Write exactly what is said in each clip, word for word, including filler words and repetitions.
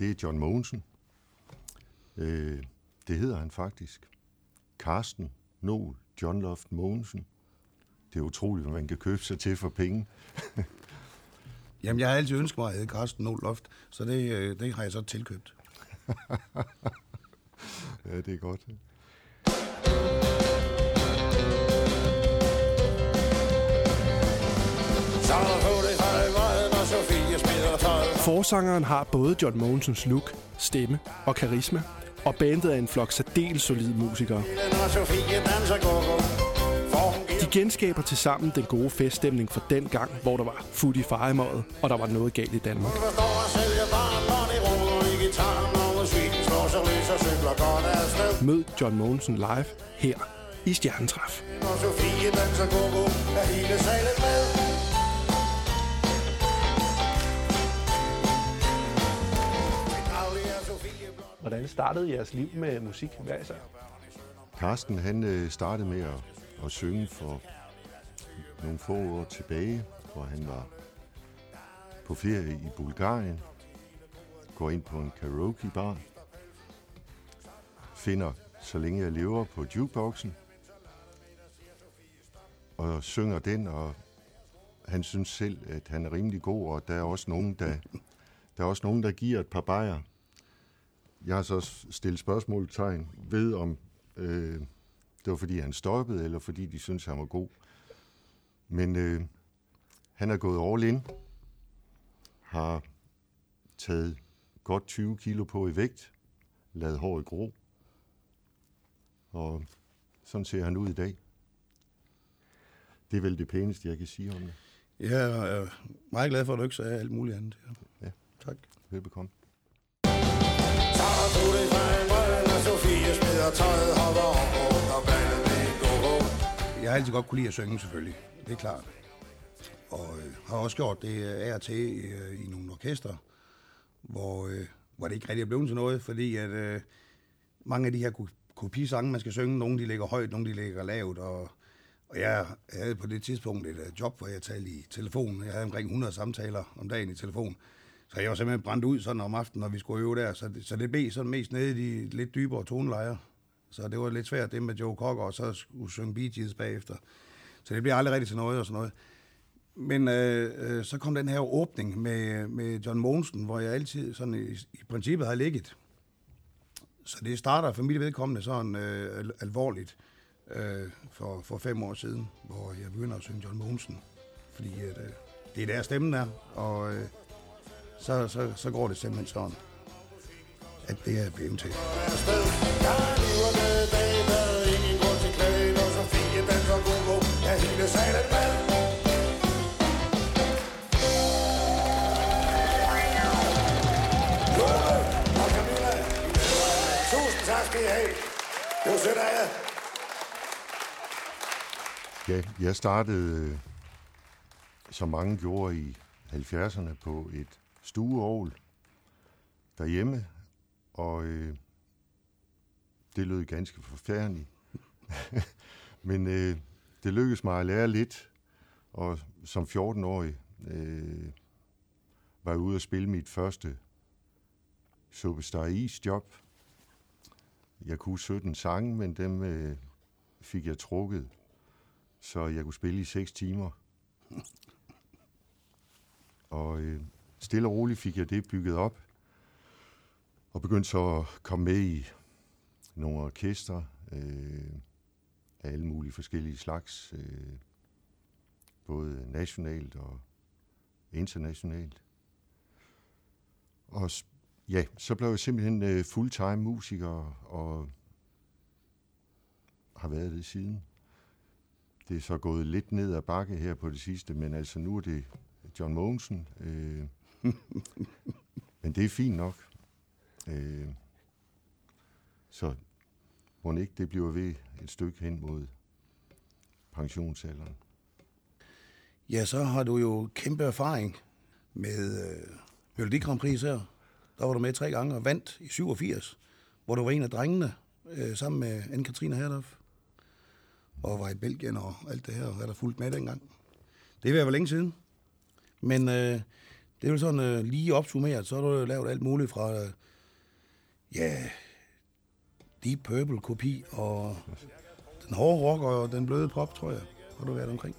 det er John Mogensen. Øh, det hedder han faktisk. Carsten Noel John Loft Mogensen. Det er utroligt, hvad man kan købe sig til for penge. Jamen, jeg har altid ønsket mig at hedde Carsten Noel Loft, så det, det har jeg så tilkøbt. Ja, det er godt. Forsangeren har både John Mogensens look, stemme og karisma, og bandet er en flok særdeles solide musikere. De genskaber tilsammen den gode feststemning fra den gang, hvor der var fut i fejemøjet, og der var noget galt i Danmark. Mød John Mogensen live her i Stjernetræf. Hvordan startede jeres liv med musik hver især? Carsten, han startede med at, at synge for nogle få år tilbage, hvor han var på ferie i Bulgarien, går ind på en karaokebar, finder Så længe jeg lever på jukeboxen, og synger den, og han synes selv, at han er rimelig god, og der er også nogen, der, der, er også nogen, der giver et par bajer. Jeg har så stillet spørgsmålstegn ved, om øh, det var, fordi han stoppede, eller fordi de synes han var god. Men øh, han er gået all in, har taget godt tyve kilo på i vægt, lavet håret grå, og sådan ser han ud i dag. Det er vel det pæneste, jeg kan sige om det. Jeg er meget glad for, at du ikke sagde alt muligt andet. Ja, tak. Velbekomme. Jeg har altid godt kunne lide at synge, selvfølgelig. Det er klart. Og øh, har også gjort det af og til øh, i nogle orkester, hvor, øh, hvor det ikke rigtig er blevet til noget, fordi at øh, mange af de her kopisange, man skal synge, nogle de ligger højt, nogle de ligger lavt, og, og jeg havde på det tidspunkt et uh, job, hvor jeg talte i telefon. Jeg havde omkring hundrede samtaler om dagen i telefon. Så jeg var simpelthen brændt ud sådan om aftenen, når vi skulle øve der. Så det, så det blev sådan mest nede i de lidt dybere tonelejer. Så det var lidt svært det med Joe Cocker, og så skulle synge Bee Gees bagefter. Så det blev aldrig rigtig til noget og sådan noget. Men øh, øh, så kom den her åbning med, med John Mogensen, hvor jeg altid sådan i, i princippet har ligget. Så det starter familievedkommende sådan øh, alvorligt øh, for, for fem år siden, hvor jeg begynder at synge John Mogensen. Fordi at, øh, det er der stemmen er, og øh, så, så, så går det simpelthen sådan, at det er blevet til. Det var sødt af jer. Ja, jeg startede, som mange gjorde i halvfjerdserne, på et stueorgel derhjemme, og øh, det lød ganske forfærdeligt. Men øh, det lykkedes mig at lære lidt, og som fjorten-årig øh, var jeg ude at spille mit første Superstar Is-job. Jeg kunne sytten sange, men dem øh, fik jeg trukket, så jeg kunne spille i seks timer. Og øh, stille og roligt fik jeg det bygget op, og begyndte så at komme med i nogle orkester øh, af alle mulige forskellige slags, øh, både nationalt og internationalt. Og ja, så blev jeg simpelthen uh, fulltime musiker, og har været det siden. Det er så gået lidt ned ad bakke her på det sidste, men altså nu er det John Mogensen. Øh, men det er fint nok. Øh, så må ikke det bliver ved et stykke hen mod pensionsalderen. Ja, så har du jo kæmpe erfaring med øh, Melodi Grand Prix her. Der var du med tre gange og vandt i syvogfirs, hvor du var en af drengene øh, sammen med Anne-Katrine Herluf, og var i Belgien og alt det her, og hvad der fulgte med dengang. Det er vel længe siden. Men øh, Det er jo sådan øh, lige opsummeret, så har du lavet alt muligt fra, øh, ja, Deep Purple-kopi og den hårde rock og den bløde pop, tror jeg, har du været omkring.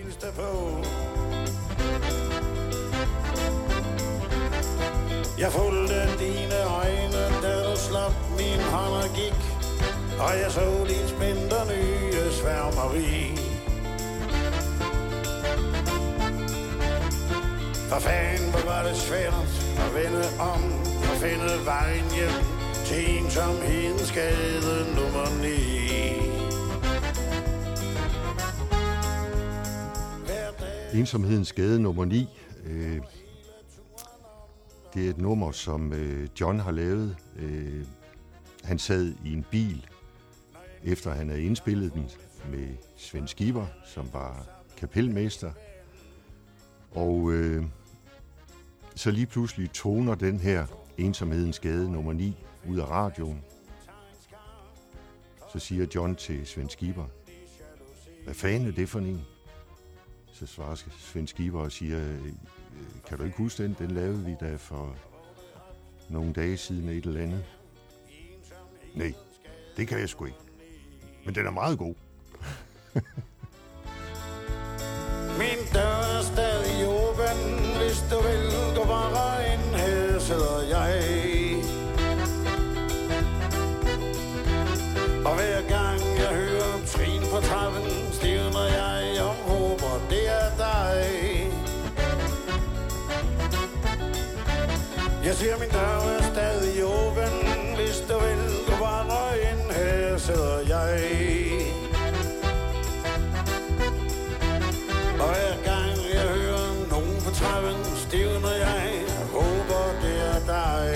Jeg fulgte dine øjne, da du slap min hånd og gik, og jeg så dit spændte nye sværmeri. For fanden, hvor var det svært at vende om og finde vejen hjem til ensomhedens gade nummer ni. Ensomhedens gade nummer ni. Øh, det er et nummer, som øh, John har lavet. Øh, han sad i en bil, efter han havde indspillet den med Svend Skipper, som var kapelmester. Og øh, så lige pludselig toner den her Ensomhedens gade nummer ni ud af radioen. Så siger John til Svend Skipper, hvad fanden er det for en? Så svarer Svend Skipper og siger, kan du ikke huske den? Den lavede vi da for nogle dage siden et eller andet. Nej, det kan jeg sgu ikke. Men den er meget god. Min dør er stadig åben, hvis du vil gå bare ind, her sidder jeg. Og hver gang jeg hører trin på trappen, stivner jeg og håber, det er dig. Jeg siger, min dør er stadig åben, hvis du vil gå bare ind, her sidder jeg. Og hver gang jeg hører nogen på trappen, stivner jeg og håber, det er dig.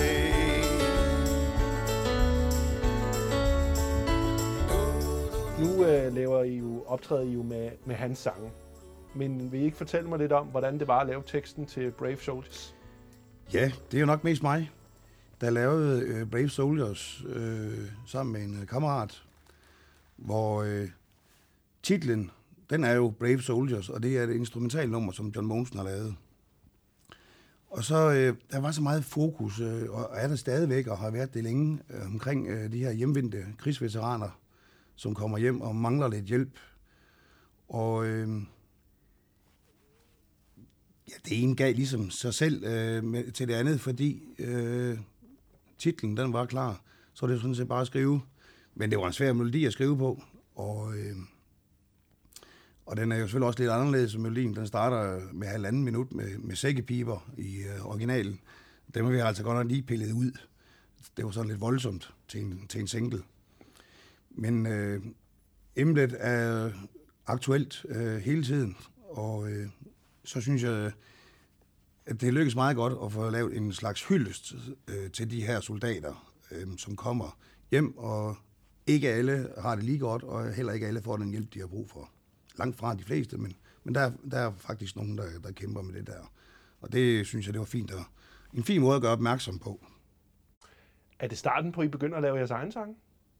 Nu øh, laver I jo, optræder I jo med, med hans sange. Men vil I ikke fortælle mig lidt om, hvordan det var at lave teksten til Brave Soldiers? Ja, det er jo nok mest mig, der lavede øh, Brave Soldiers øh, sammen med en øh, kammerat, hvor øh, titlen, den er jo Brave Soldiers, og det er et instrumentalnummer, som John Mogensen har lavet. Og så, øh, der var så meget fokus, øh, og er der stadigvæk, og har været det længe, øh, omkring øh, de her hjemvendte krigsveteraner, som kommer hjem og mangler lidt hjælp. Og øh, ja, det ene gav ligesom sig selv øh, med, til det andet, fordi øh, titlen, den var klar. Så det sådan set bare at skrive. Men det var en svær melodi at skrive på, og... Øh, Og den er jo selvfølgelig også lidt anderledes som melodien. Den starter med halvanden minut med, med sækkepiber i øh, originalen. Dem har vi altså godt nok lige pillet ud. Det var sådan lidt voldsomt til en, til en single. Men øh, emnet er aktuelt øh, hele tiden, og øh, så synes jeg, at det lykkes meget godt at få lavet en slags hyldest øh, til de her soldater, øh, som kommer hjem, og ikke alle har det lige godt, og heller ikke alle får den hjælp, de har brug for. Langt fra de fleste, men, men der, der er faktisk nogen, der, der kæmper med det der. Og det synes jeg, det var fint. Og en fin måde at gøre opmærksom på. Er det starten på, at I begynder at lave jeres egen sang?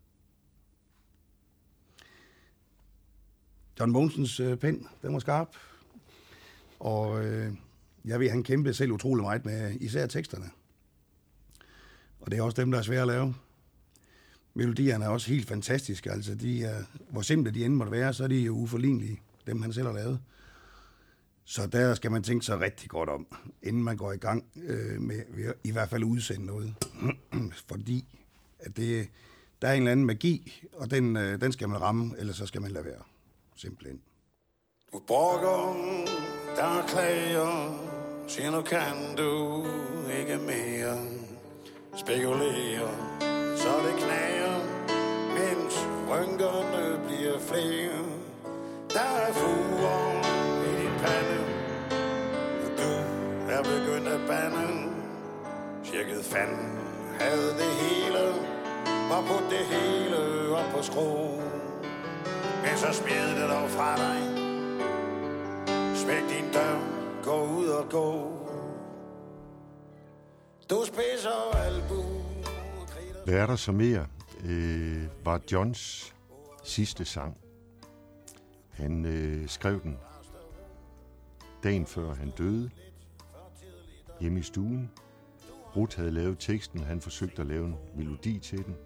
John Mogensens øh, pen, den var skarp. Og øh, jeg ved, han kæmpede selv utrolig meget med især teksterne. Og det er også dem, der er svære at lave. Melodierne er også helt fantastiske. Altså, de er, hvor simple de end måtte være, så er de jo uforlignelige, dem han selv har lavet. Så der skal man tænke sig rigtig godt om, inden man går i gang øh, med i hvert fald udsende noget. Fordi at det, der er en eller anden magi, og den, øh, den skal man ramme, ellers så skal man lade være. Simpelthen. Du brokker, der klager, siger nu kan du ikke mere. Spekulerer, så det knager, mens rynkerne bliver flere. Der er fuger i din pande, og du er begyndt at bande. Tjekket fanden havde det hele, og på det hele op på skrå. Men så smid det dog fra dig. Smæk din dør, gå ud og gå. Du spidser albu. Hvad er der så mere? Øh, var Johns sidste sang. Han øh, skrev den dagen før han døde. hjemme i stuen. Ruth havde lavet teksten, han forsøgte at lave en melodi til den.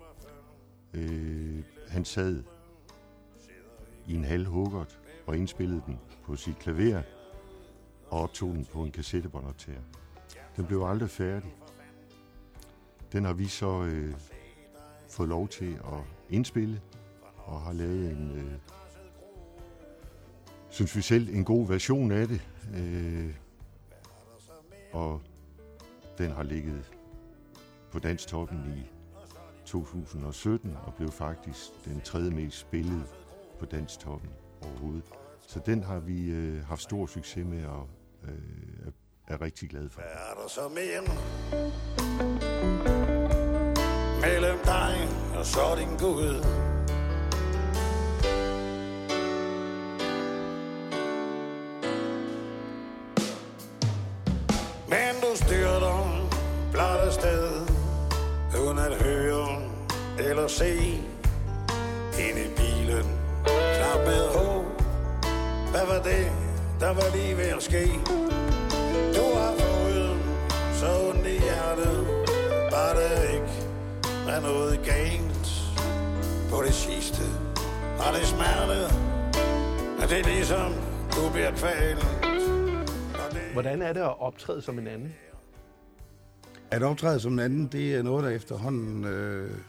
Øh, han sad i en halv huggert og indspillede den på sit klaver og optog den på en kassettebåndoptager. Den blev aldrig færdig. Den har vi så øh, fået lov til at indspille og har lavet en, øh, synes vi selv, en god version af det. Øh, og den har ligget på Dansktoppen i to tusind og sytten og blev faktisk den tredje mest spillede på Dansktoppen overhovedet. Så den har vi øh, haft stor succes med og øh, er, er rigtig glade for. Er der så mere mellem dig og så din Gud? Men du styrter blot afsted uden at høre eller se ind i bilen knap med håb. Hvad var det, der var lige ved at ske? Du har fået så ondt i hjertet, bare der ikke er noget galt på det sidste. Og det smerte, at det er ligesom, du bliver kvalt. Hvordan er det at optræde som en anden? At optræde som en anden, det er noget, der efterhånden... Øh,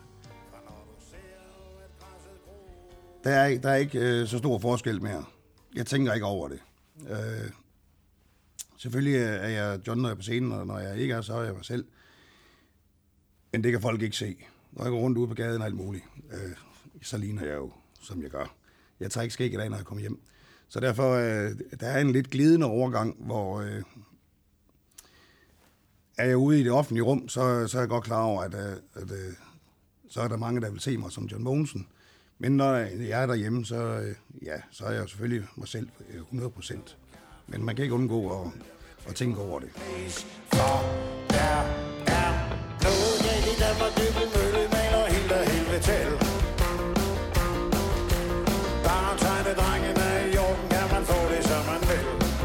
der, er, der er ikke øh, så stor forskel mere. Jeg tænker ikke over det. Øh, selvfølgelig er jeg John, når jeg er på scenen, og når jeg ikke er, så er jeg mig selv. Men det kan folk ikke se. Når jeg går rundt ude på gaden og alt muligt, øh, så ligner jeg jo, som jeg gør. Jeg tager ikke skæg i dag, når jeg kommer hjem. Så derfor øh, der er en lidt glidende overgang, hvor øh, er jeg ude i det offentlige rum, så, så er jeg godt klar over, at, at, at så er der mange, der vil se mig som John Mogensen. Men når jeg er derhjemme, så, øh, ja, så er jeg selvfølgelig mig selv hundrede procent. Men man kan ikke undgå at, at tænke over det. For der er noget galt i Danmark, Dybbøl Mølle maler helt af helvede til. Bare tegne drengene i jorden, kan man få det, som man vil.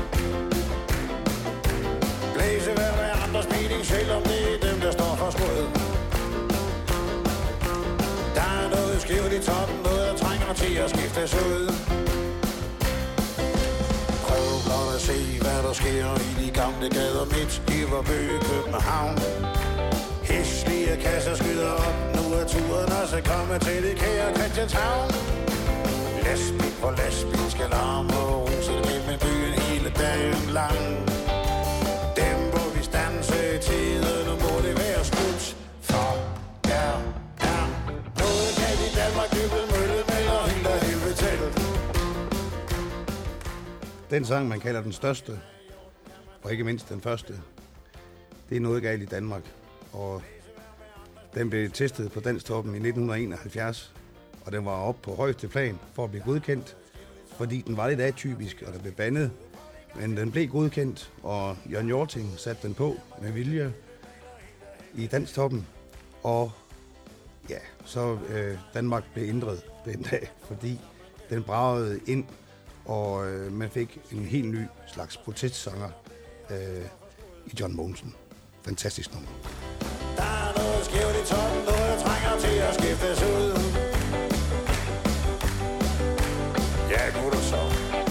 Blæse hver hver andres mening, selvom det er dem, der står for skud. Der er noget skævt i toppen, noget der trænger til at skiftes ud. Prøv blot at se, hvad der sker i de gamle gader midt i Vorby, København. Hæslige kasser skyder op, nu er turen også kommet til det kære Christianshavn. Lastbil på lastbil skal larme og ruse gennem byen hele dagen lang. Dem hvor vi standse i tiden, nu må det være slut. For der er noget galt i Danmark, Dybbøl Mølle maler helt af helvede til. Den sang, man kalder den største, og ikke mindst den første, det er noget galt i Danmark. Og den blev testet på Dansktoppen i nitten enoghalvfjerds, og den var oppe på højeste plan for at blive godkendt, fordi den var lidt atypisk, og der blev bandet. Men den blev godkendt, og Jørgen Hjorting satte den på med vilje i Dansktoppen. Og ja, så øh, Danmark blev ændret den dag, fordi den bragede ind, og øh, man fik en helt ny slags protestsanger øh, i John Mogensen. Fantastisk nummer. Der er noget skævt i toppen, noget der trænger til at skiftes ud. Ja, gutter så.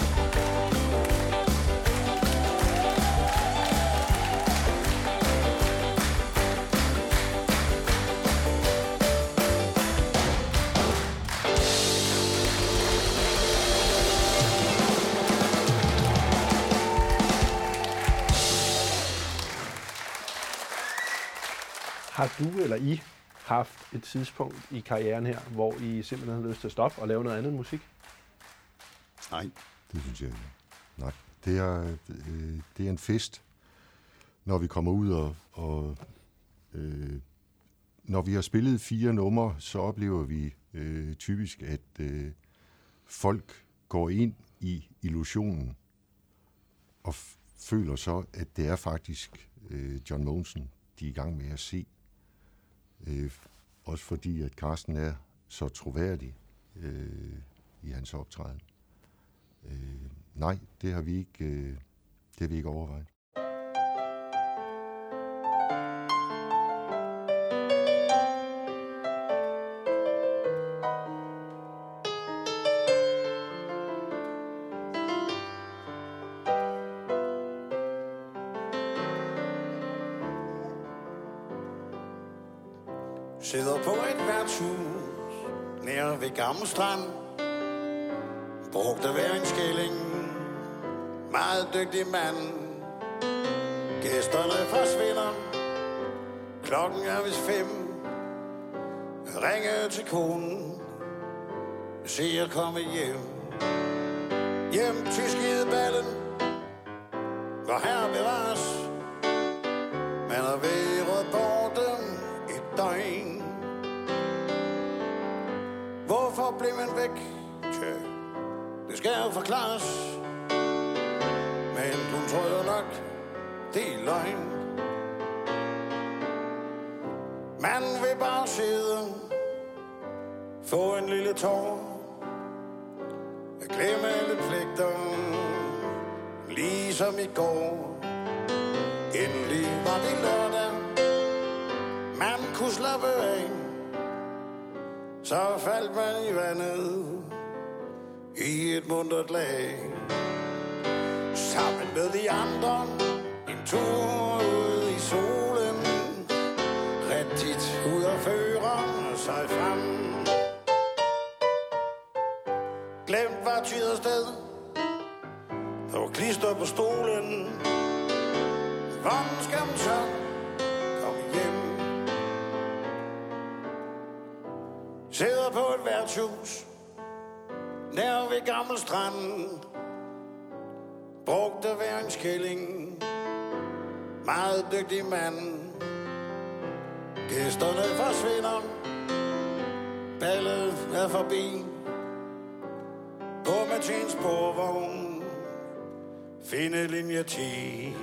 Har du eller I haft et tidspunkt i karrieren her, hvor I simpelthen har lyst til at stoppe og lave noget andet musik? Nej. Det synes jeg ikke. Nej. Det er, øh, det er en fest, når vi kommer ud og... og øh, når vi har spillet fire numre, så oplever vi øh, typisk, at øh, folk går ind i illusionen og f- føler så, at det er faktisk øh, John Mogensen, de er i gang med at se. Øh, også fordi, at Carsten er så troværdig øh, i hans optræden. Øh, nej, det har vi ikke, øh, det har vi ikke overvejet. sidder på et værtshus nær ved Gammel Strand. Brugte hver en skilling, meget dygtig mand. Gæsterne forsvinder, klokken er vist fem. Ringe til konen, siger komme hjem. Hjem til skideballen, hvor her bevares. Man har været borte et døgn. Hvorfor blev man væk? Tjø, det skal jo forklares. Men hun tror jo nok, det er løgn. Man vil bare sidde, få en lille tår, glemme alle pligter, ligesom i går. Endelig var det lørdag, man kunne slappe af. Så faldt man i vandet, i et muntert lag. Sammen med de andre, en tur ud i solen. Rigtigt ud og fører sig frem. Glemt var tid og sted, der var klister på stolen. Hvordan skal man så komme hjem? Sidder på et værtshus nær ved Gammel Strand. Brugte hver en skilling, meget dygtig mand. Gæsterne forsvinder, ballet er forbi. Gå med til en sporvogn, finde linje ti.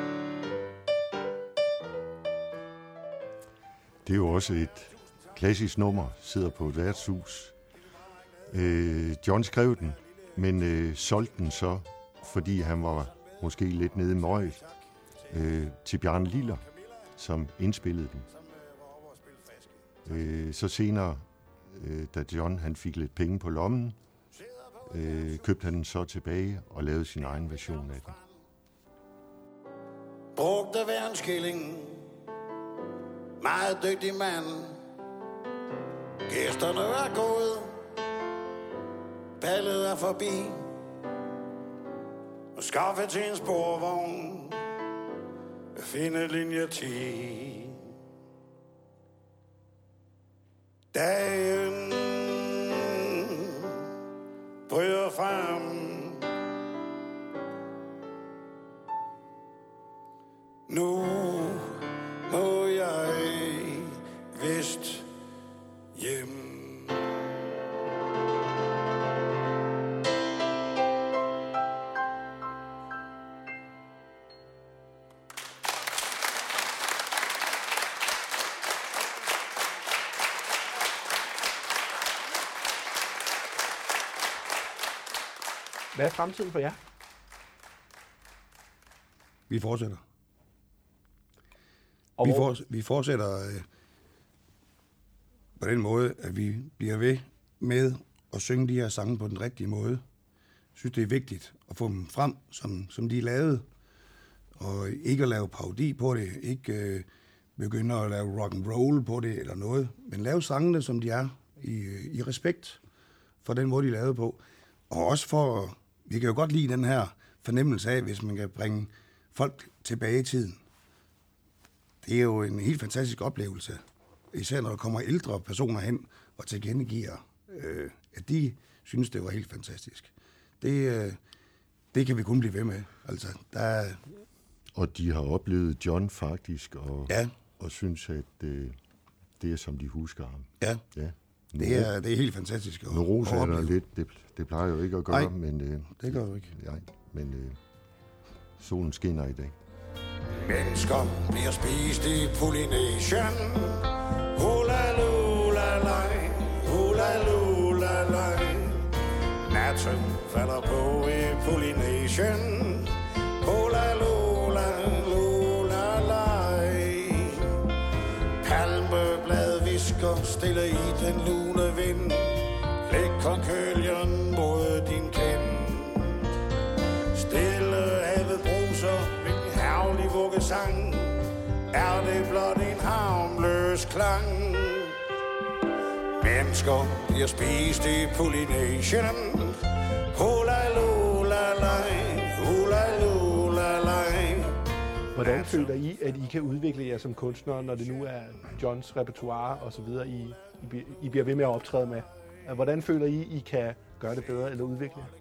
Det er jo også et klassisk nummer, sidder på et værtshus. Øh, John skrev den, men øh, solgte den så, fordi han var måske lidt nede i møget, øh, til Bjarne Liller, som indspillede den. Øh, så senere, øh, da John han fik lidt penge på lommen, øh, købte han den så tilbage og lavede sin egen version af den. Brugte hver en skilling, meget dygtig mand. Gæsterne er gået, ballet er forbi. Og skaffe til en sporvogn, finde linje ti. Dagen bryder frem. Nu må jeg vist hjem. Hvad er fremtiden for jer? Vi fortsætter. Og Vi, hvor- for, vi fortsætter øh, på den måde, at vi bliver ved med at synge de her sange på den rigtige måde. Jeg synes, det er vigtigt at få dem frem, som, som de er lavet. Og ikke at lave parodi på det, ikke øh, begynde at lave rock and roll på det eller noget, men lave sangene, som de er, i, i respekt for den måde, de er lavet på. Og også for, vi kan jo godt lide den her fornemmelse af, hvis man kan bringe folk tilbage i tiden. Det er jo en helt fantastisk oplevelse, især når der kommer ældre personer hen og tilkendegiver, øh, at de synes, det var helt fantastisk. Det, øh, det kan vi kun blive ved med. Altså, der er, Og de har oplevet John faktisk, og, ja, og synes, at øh, det er, som de husker ham. ja, Ja. det er, det er helt fantastisk at, Neurose at er der opleve. lidt, det, det plejer jo ikke at gøre, Nej, men, øh, det gør du ikke. Nej, men øh, solen skinner i dag. Mennesker bliver spist i Polynesian. Hula lula lej, hula lula lej. Natten falder på i Polynesian. Hula lula lula lej. Palmeblad visker stille i den lune vind. Læg konkøljen mod din kind. Stille havet bruser, hvilken herlig vuggesang. Er det blot en harmløs klang? Mennesker bliver spist i Polynesian. Hula lula lai, hula lula lai. Hvordan føler I, at I kan udvikle jer som kunstnere, når det nu er Johns repertoire og så videre, I, I, I bliver ved med at optræde med? Hvordan føler I, I kan gøre det bedre eller udvikle jer?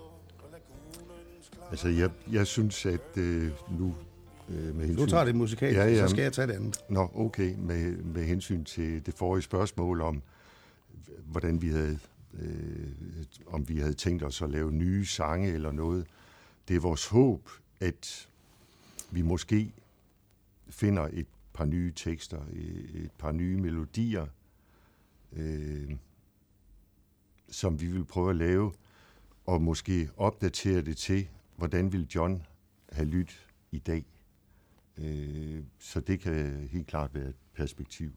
Altså, jeg, jeg synes, at øh, nu øh, med hensyn... Du tager det musikalt, ja, ja, så skal jeg tage det andet. Nå, okay. Med, med hensyn til det forrige spørgsmål om, hvordan vi havde, øh, om vi havde tænkt os at lave nye sange eller noget. Det er vores håb, at vi måske finder et par nye tekster, et par nye melodier, øh, som vi vil prøve at lave, og måske opdatere det til, hvordan vil John have lyttet i dag. Øh, så det kan helt klart være et perspektiv.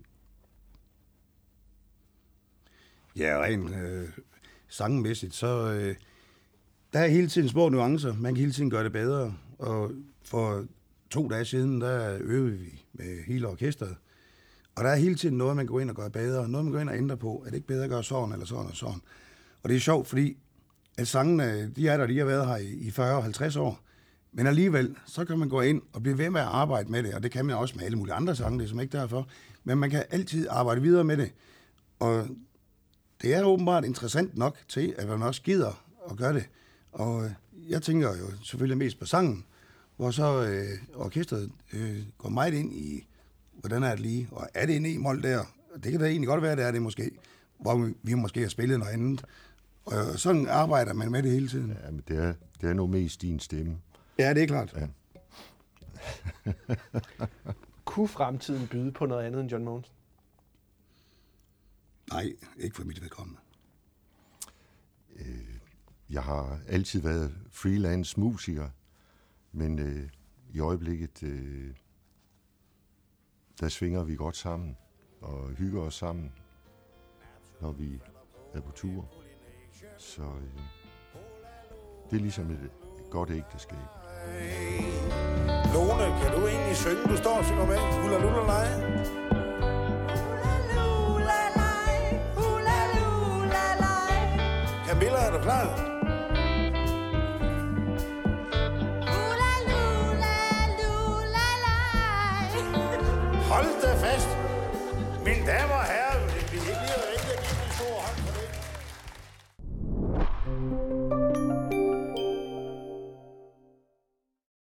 Ja, rent øh, sangmæssigt, så øh, der er hele tiden små nuancer. Man kan hele tiden gøre det bedre. Og for to dage siden, der øvede vi med hele orkestret. Og der er hele tiden noget, man går ind og gør bedre. Noget, man går ind og ændrer på. Er det ikke bedre at gøre sådan eller sådan og sådan? Og det er sjovt, fordi at sangene, de er der, de har været her i fyrre og halvtreds år. Men alligevel, så kan man gå ind og blive ved med at arbejde med det. Og det kan man også med alle mulige andre sange, det er som ikke derfor. Men man kan altid arbejde videre med det. Og det er åbenbart interessant nok til, at man også gider at gøre det. Og jeg tænker jo selvfølgelig mest på sangen, hvor så øh, orkestret øh, går meget ind i, hvordan er det lige, og er det en e-mol der? Det kan da egentlig godt være, det er det måske, hvor vi måske har spillet noget andet. Og sådan arbejder man med det hele tiden. Ja, men det er, det er nu mest din stemme. Ja, det er klart. Ja. Kunne fremtiden byde på noget andet end John Mogensen? Nej, ikke for mit vedkommende. Øh, jeg har altid været freelance musiker, men øh, i øjeblikket, øh, der svinger vi godt sammen og hygger os sammen, når vi er på tur. Så øh, det er ligesom et, et godt ægteskab. Lone, kan du egentlig synge? Du står og synger med. Hula lula lej. Camilla, er du klar? Lula, lula, lula, lej. Hold da fast, mine damer og herrer.